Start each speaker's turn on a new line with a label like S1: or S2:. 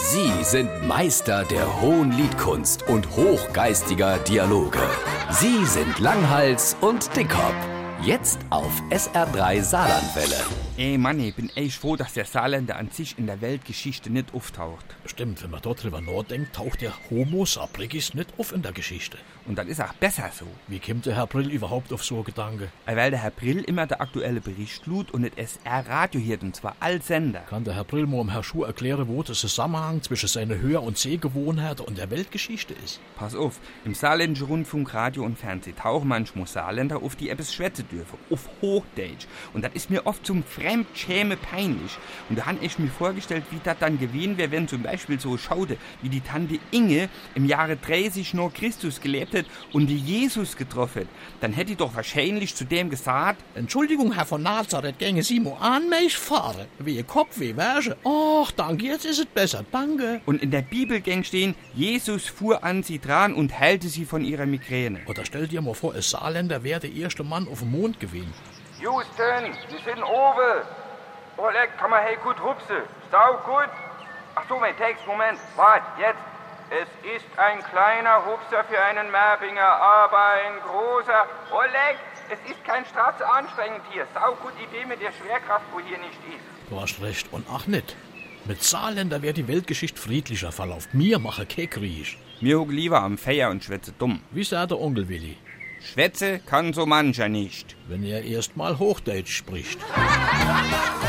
S1: Sie sind Meister der hohen Liedkunst und hochgeistiger Dialoge. Sie sind Langhals und Dickhop. Jetzt auf SR3 Saarlandwelle.
S2: Ey Mann, ich bin echt froh, dass der Saarländer an sich in der Weltgeschichte nicht auftaucht.
S3: Stimmt, wenn man dort drüber nachdenkt, taucht der Homo sapiens nicht auf in der Geschichte.
S2: Und das ist auch besser so.
S3: Wie kommt der Herr Brill überhaupt auf so einen Gedanke?
S2: Weil der Herr Brill immer der aktuelle Bericht lud und das SR-Radio hört, und zwar all Sender.
S3: Kann der Herr Brill mal dem Herrn Schuh erklären, wo der Zusammenhang zwischen seiner Hör- und Sehgewohnheit und der Weltgeschichte ist?
S2: Pass auf, im saarländischen Rundfunk, Radio und Fernsehen tauchen manchmal Saarländer auf, die etwas schwätzen dürfen, auf Hochdeutsch. Und das ist mir oft zum Fremdschäme peinlich. Und da habe ich mir vorgestellt, wie das dann gewesen wäre, wenn zum Beispiel so schaute, wie die Tante Inge im Jahre 30 nach Christus gelebt hat und die Jesus getroffen hat. Dann hätte ich doch wahrscheinlich zu dem gesagt:
S3: Entschuldigung, Herr von Nazareth, gänge Sie mal an mich fahren. Wie Kopf, wie Wäsche. Ach, danke, jetzt ist es besser, danke.
S2: Und in der Bibel gäng stehen, Jesus fuhr an sie dran und heilte sie von ihrer Migräne.
S3: Oder stell dir mal vor, ein Saarländer wäre der erste Mann auf dem Mond gewesen.
S4: Houston, wir sind oben. Oleg, kann man hey gut hupsen. Sau gut. Ach so, mein Text, Moment. Wart, jetzt. Es ist ein kleiner Hupser für einen Merbinger, aber ein großer. Oleg, es ist kein Straße anstrengend hier. Sau gut Idee mit der Schwerkraft, wo hier nicht ist.
S3: Du hast recht. Und ach nicht. Mit Saarländer wäre die Weltgeschichte friedlicher verlaufen. Mir mache kein Krieg.
S2: Mir huck lieber am Feier und schwätze dumm.
S3: Wie sagt der Onkel Willi?
S2: Schwätze kann so mancher nicht.
S3: Wenn er erst mal Hochdeutsch spricht.